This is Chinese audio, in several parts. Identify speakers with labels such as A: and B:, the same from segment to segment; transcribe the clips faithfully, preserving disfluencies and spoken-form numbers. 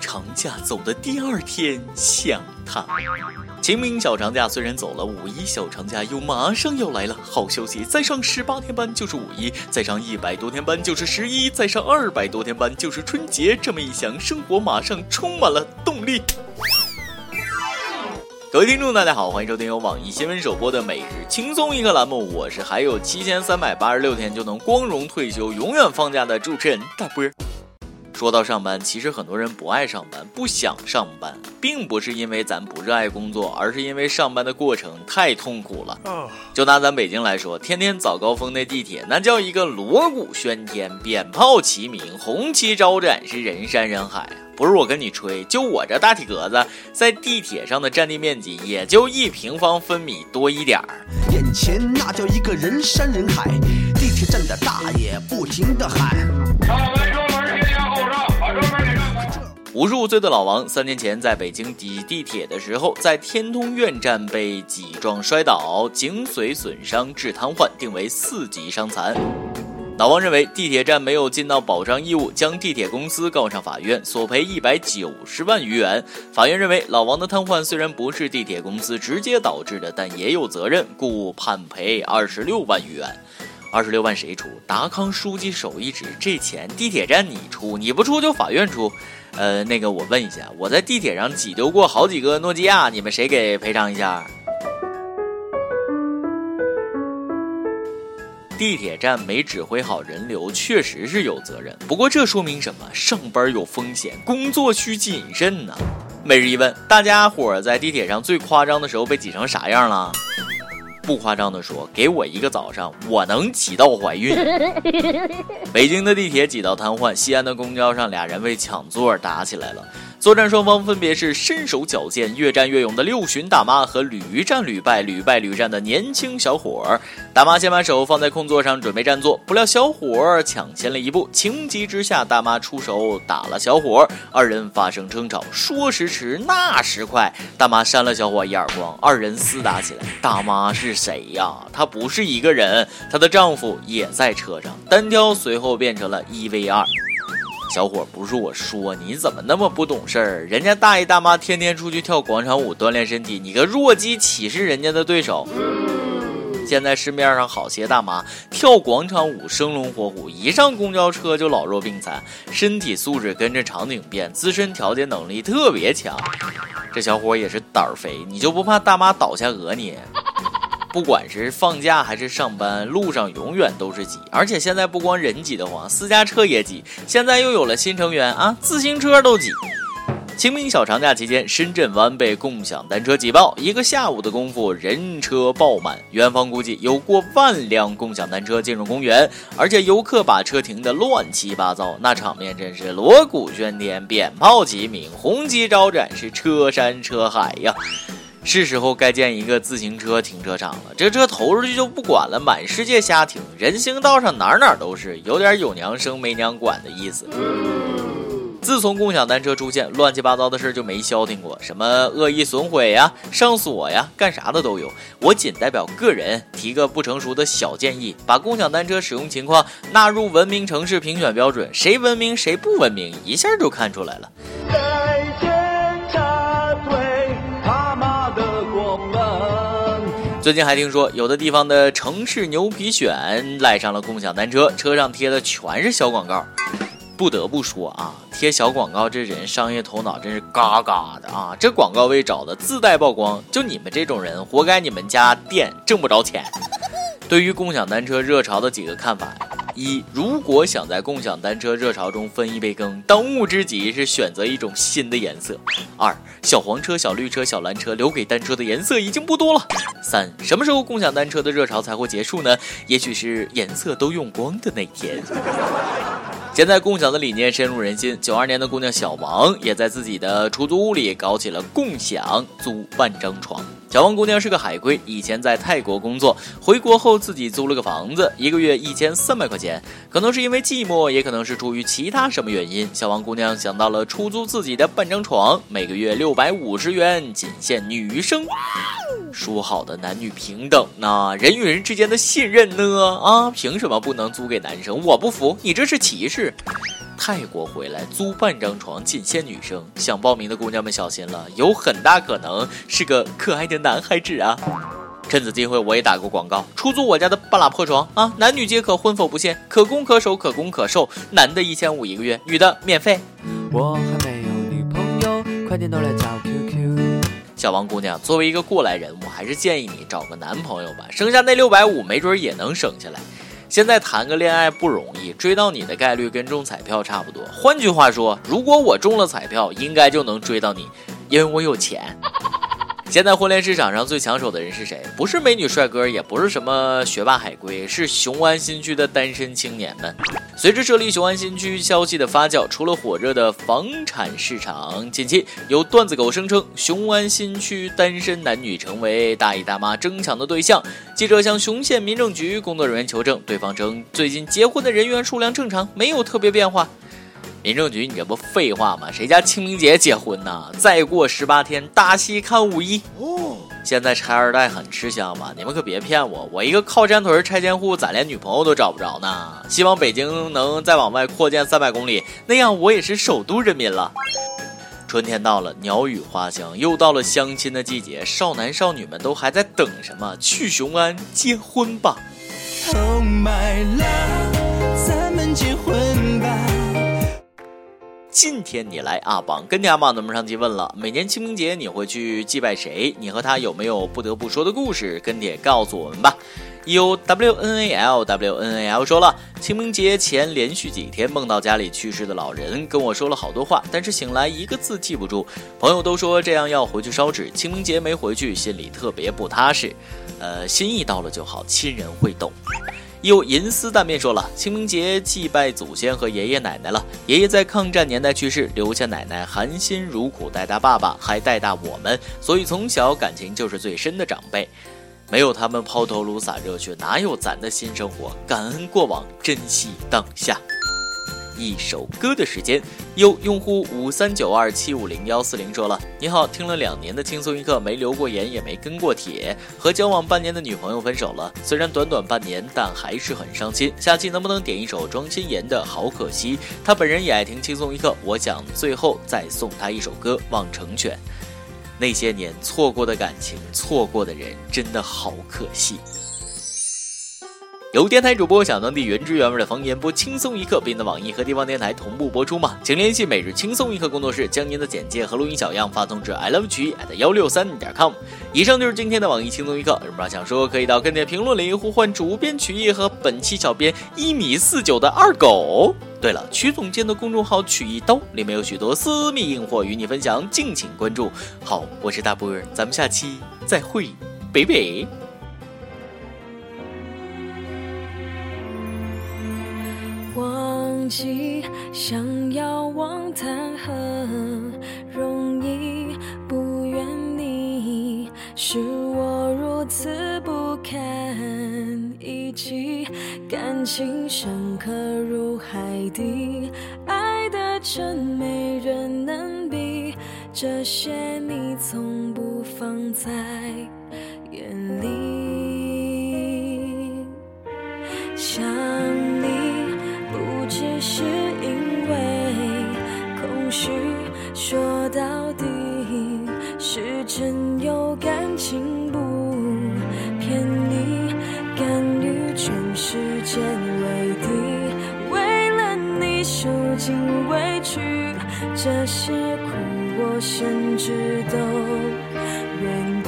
A: 长假走的第二天想他。清明小长假虽然走了，五一小长假又马上要来了。好消息，再上十八天班就是五一，再上一百多天班就是十一，再上二百多天班就是春节。这么一想，生活马上充满了动力。各位听众大家好，欢迎收听由网易新闻首播的每日轻松一刻栏目，我是还有七千三百八十六天就能光荣退休永远放假的主持人大波。说到上班，其实很多人不爱上班，不想上班，并不是因为咱不热爱工作，而是因为上班的过程太痛苦了。就拿咱北京来说，天天早高峰的地铁，那叫一个锣鼓喧天，鞭炮齐鸣，红旗招展，是人山人海。不是我跟你吹，就我这大体格子，在地铁上的占地面积也就一平方分米多一点儿。
B: 眼前那叫一个人山人海，地铁站的大爷不停地喊：
C: 上门收门，贴贴后上，把车门给让开。
A: 五十五岁的老王三年前在北京挤地铁的时候，在天通苑站被挤撞摔倒，颈髓损伤致瘫痪，定为四级伤残。老王认为地铁站没有尽到保障义务，将地铁公司告上法院，索赔一百九十万余元。法院认为老王的瘫痪虽然不是地铁公司直接导致的，但也有责任，故判赔二十六万余元。二十六万谁出？达康书记手一指，这钱地铁站你出，你不出就法院出。呃，那个我问一下，我在地铁上挤丢过好几个诺基亚，你们谁给赔偿一下？地铁站没指挥好人流，确实是有责任。不过这说明什么？上班有风险，工作需谨慎呢。每日一问，大家伙在地铁上最夸张的时候被挤成啥样了？不夸张的说，给我一个早上，我能挤到怀孕。北京的地铁挤到瘫痪，西安的公交上俩人为抢座打起来了。作战双方分别是身手矫健、越战越勇的六旬大妈和屡战屡败、屡败屡战的年轻小伙儿。大妈先把手放在空座上准备占座，不料小伙儿抢先了一步，情急之下，大妈出手打了小伙儿，二人发生争吵。说时迟，那时快，大妈扇了小伙一耳光，二人厮打起来。大妈是谁呀？她不是一个人，她的丈夫也在车上，单挑随后变成了一 v 二。小伙，不是我说，你怎么那么不懂事儿？人家大爷大妈天天出去跳广场舞锻炼身体，你个弱鸡岂是人家的对手？现在市面上好些大妈跳广场舞生龙活虎，一上公交车就老弱病残，身体素质跟着场景变，自身调节能力特别强。这小伙也是胆儿肥，你就不怕大妈倒下讹你？不管是放假还是上班，路上永远都是挤，而且现在不光人挤得慌，私家车也挤，现在又有了新成员啊，自行车都挤。清明小长假期间，深圳湾被共享单车挤爆，一个下午的功夫人车爆满，园方估计有过万辆共享单车进入公园，而且游客把车停得乱七八糟，那场面真是锣鼓喧天，鞭炮齐鸣，红旗招展，是车山车海呀。是时候该建一个自行车停车场了，这车投出去就不管了，满世界瞎停，人行道上哪哪都是，有点有娘生没娘管的意思。自从共享单车出现，乱七八糟的事就没消停过，什么恶意损毁呀、上锁呀，干啥的都有。我仅代表个人提个不成熟的小建议，把共享单车使用情况纳入文明城市评选标准，谁文明谁不文明，一下就看出来了。最近还听说有的地方的城市牛皮癣赖上了共享单车，车上贴的全是小广告。不得不说啊，贴小广告这人商业头脑真是嘎嘎的啊！这广告位找的自带曝光，就你们这种人活该你们家店挣不着钱。对于共享单车热潮的几个看法：一，如果想在共享单车热潮中分一杯羹，当务之急是选择一种新的颜色。二，小黄车、小绿车、小蓝车留给单车的颜色已经不多了。三，什么时候共享单车的热潮才会结束呢？也许是颜色都用光的那天。现在共享的理念深入人心，九二年的姑娘小王也在自己的出租屋里搞起了共享租万张床。小王姑娘是个海归，以前在泰国工作，回国后自己租了个房子，一个月一千三百块钱。可能是因为寂寞，也可能是出于其他什么原因，小王姑娘想到了出租自己的半张床，每个月六百五十元，仅限女生。说好的男女平等呢？人与人之间的信任呢？啊，凭什么不能租给男生？我不服，你这是歧视。 泰国回来租半张床仅限女生，想报名的姑娘们小心了，有很大可能是个可爱的男孩子啊。趁此机会我也打个广告，出租我家的半拉破床啊，男女皆可，婚否不限，可攻可守，可攻可受，男的一千五一个月，女的免费。
D: 我还没有女朋友，快点都来找 Q Q。
A: 小王姑娘，作为一个过来人，我还是建议你找个男朋友吧，剩下那六百五没准也能省下来。现在谈个恋爱不容易，追到你的概率跟中彩票差不多。换句话说，如果我中了彩票，应该就能追到你，因为我有钱。现在婚恋市场上最抢手的人是谁？不是美女帅哥，也不是什么学霸海归，是雄安新区的单身青年们。随着设立雄安新区消息的发酵，除了火热的房产市场，近期有段子狗声称雄安新区单身男女成为大爷大妈争抢的对象。记者向雄县民政局工作人员求证，对方称最近结婚的人员数量正常，没有特别变化。民政局，你这不废话吗？谁家清明节结婚呢？再过十八天，大戏看五一。哦，现在拆二代很吃香吧？你们可别骗我，我一个靠山屯拆迁户，咋连女朋友都找不着呢？希望北京能再往外扩建三百公里，那样我也是首都人民了。春天到了，鸟语花香，又到了相亲的季节，少男少女们都还在等什么？去雄安结婚吧！
B: Oh my love， 咱们结婚吧。
A: 今天你来阿榜，跟你阿榜的们上期问了，每年清明节你会去祭拜谁？你和他有没有不得不说的故事？跟帖告诉我们吧。有 W N A L W N A L 说了，清明节前连续几天梦到家里去世的老人，跟我说了好多话，但是醒来一个字记不住。朋友都说这样要回去烧纸，清明节没回去，心里特别不踏实。呃，心意到了就好，亲人会懂。有银丝蛋面说了，清明节祭拜祖先和爷爷奶奶了。爷爷在抗战年代去世，留下奶奶含辛茹苦带大爸爸，还带大我们，所以从小感情就是最深的长辈。没有他们抛头颅洒热血，哪有咱的新生活？感恩过往，珍惜当下。一首歌的时间，有用户五三九二七五零幺四零说了，你好，听了两年的轻松一刻，没留过言也没跟过帖，和交往半年的女朋友分手了，虽然短短半年，但还是很伤心。下期能不能点一首庄心妍的好可惜？他本人也爱听轻松一刻，我想最后再送他一首歌《望成犬》。那些年错过的感情，错过的人，真的好可惜。由电台主播想当地原汁原味的方言播轻松一刻，并在网易和地方电台同步播出吗？请联系每日轻松一刻工作室，将您的简介和录音小样发送至 i love 曲艺 at 一六三点 com。以上就是今天的网易轻松一刻，有什么想说可以到跟帖评论里呼唤主编曲艺和本期小编一米四九的二狗。对了，曲总监的公众号曲一刀里面有许多私密硬货与你分享，敬请关注。好，我是大波儿，咱们下期再会，北北。
E: 忘记想要往谈何容易，不怨你是我如此不堪一击，感情深刻如海底，爱的真没人能比，这些你从不放在眼里。想你不只是因为空虚，说到底是真有感情不骗你，甘于全世界为敌，为了你受尽委屈，这些苦我甚至都愿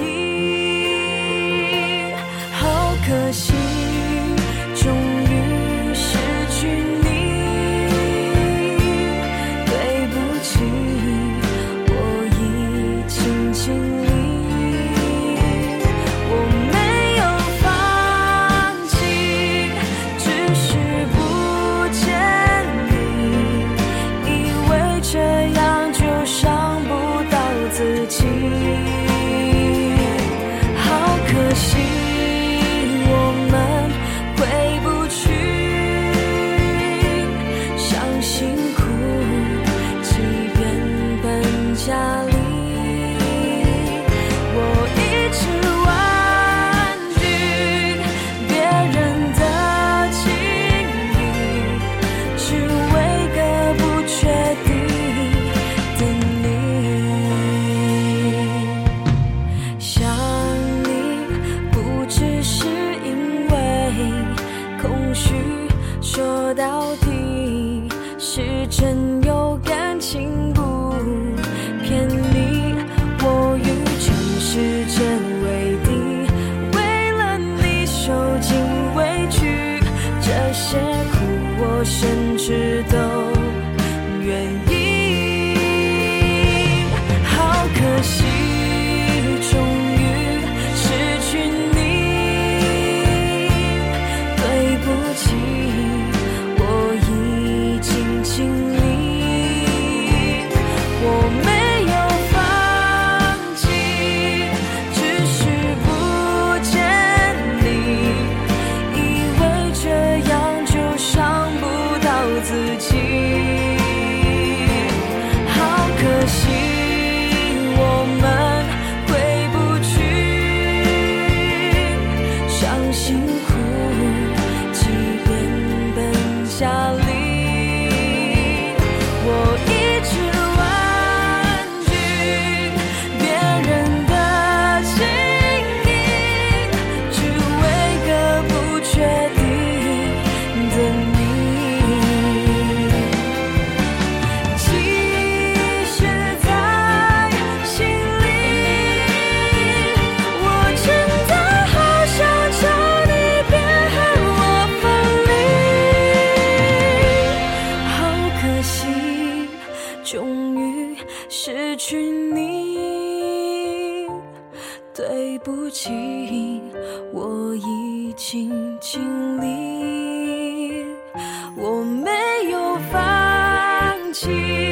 E: 意。好可惜终于失去你，对不起，我已经尽力，我没有放弃，只是不见你，以为这样就伤不到自己。好可惜我们回不去，伤心苦，即便奔家里，我一直婉拒别人的情谊，只为个不是真有感情不偏离，我与全世界为敌，为了你受尽委屈，这些苦我甚至都愿意。好可惜，终于失去你，对不起，我已经尽力，我没有放弃，只是不见你，以为这样就伤不到自己。好可惜，我们回不去，伤心苦，即便奔下里，我一直婉拒别人的情意，只为个不确定的你。其实在心里，我真的好想求你别和我分离。好可惜，终于失去你，对不起，我已经尽力，我没有放弃。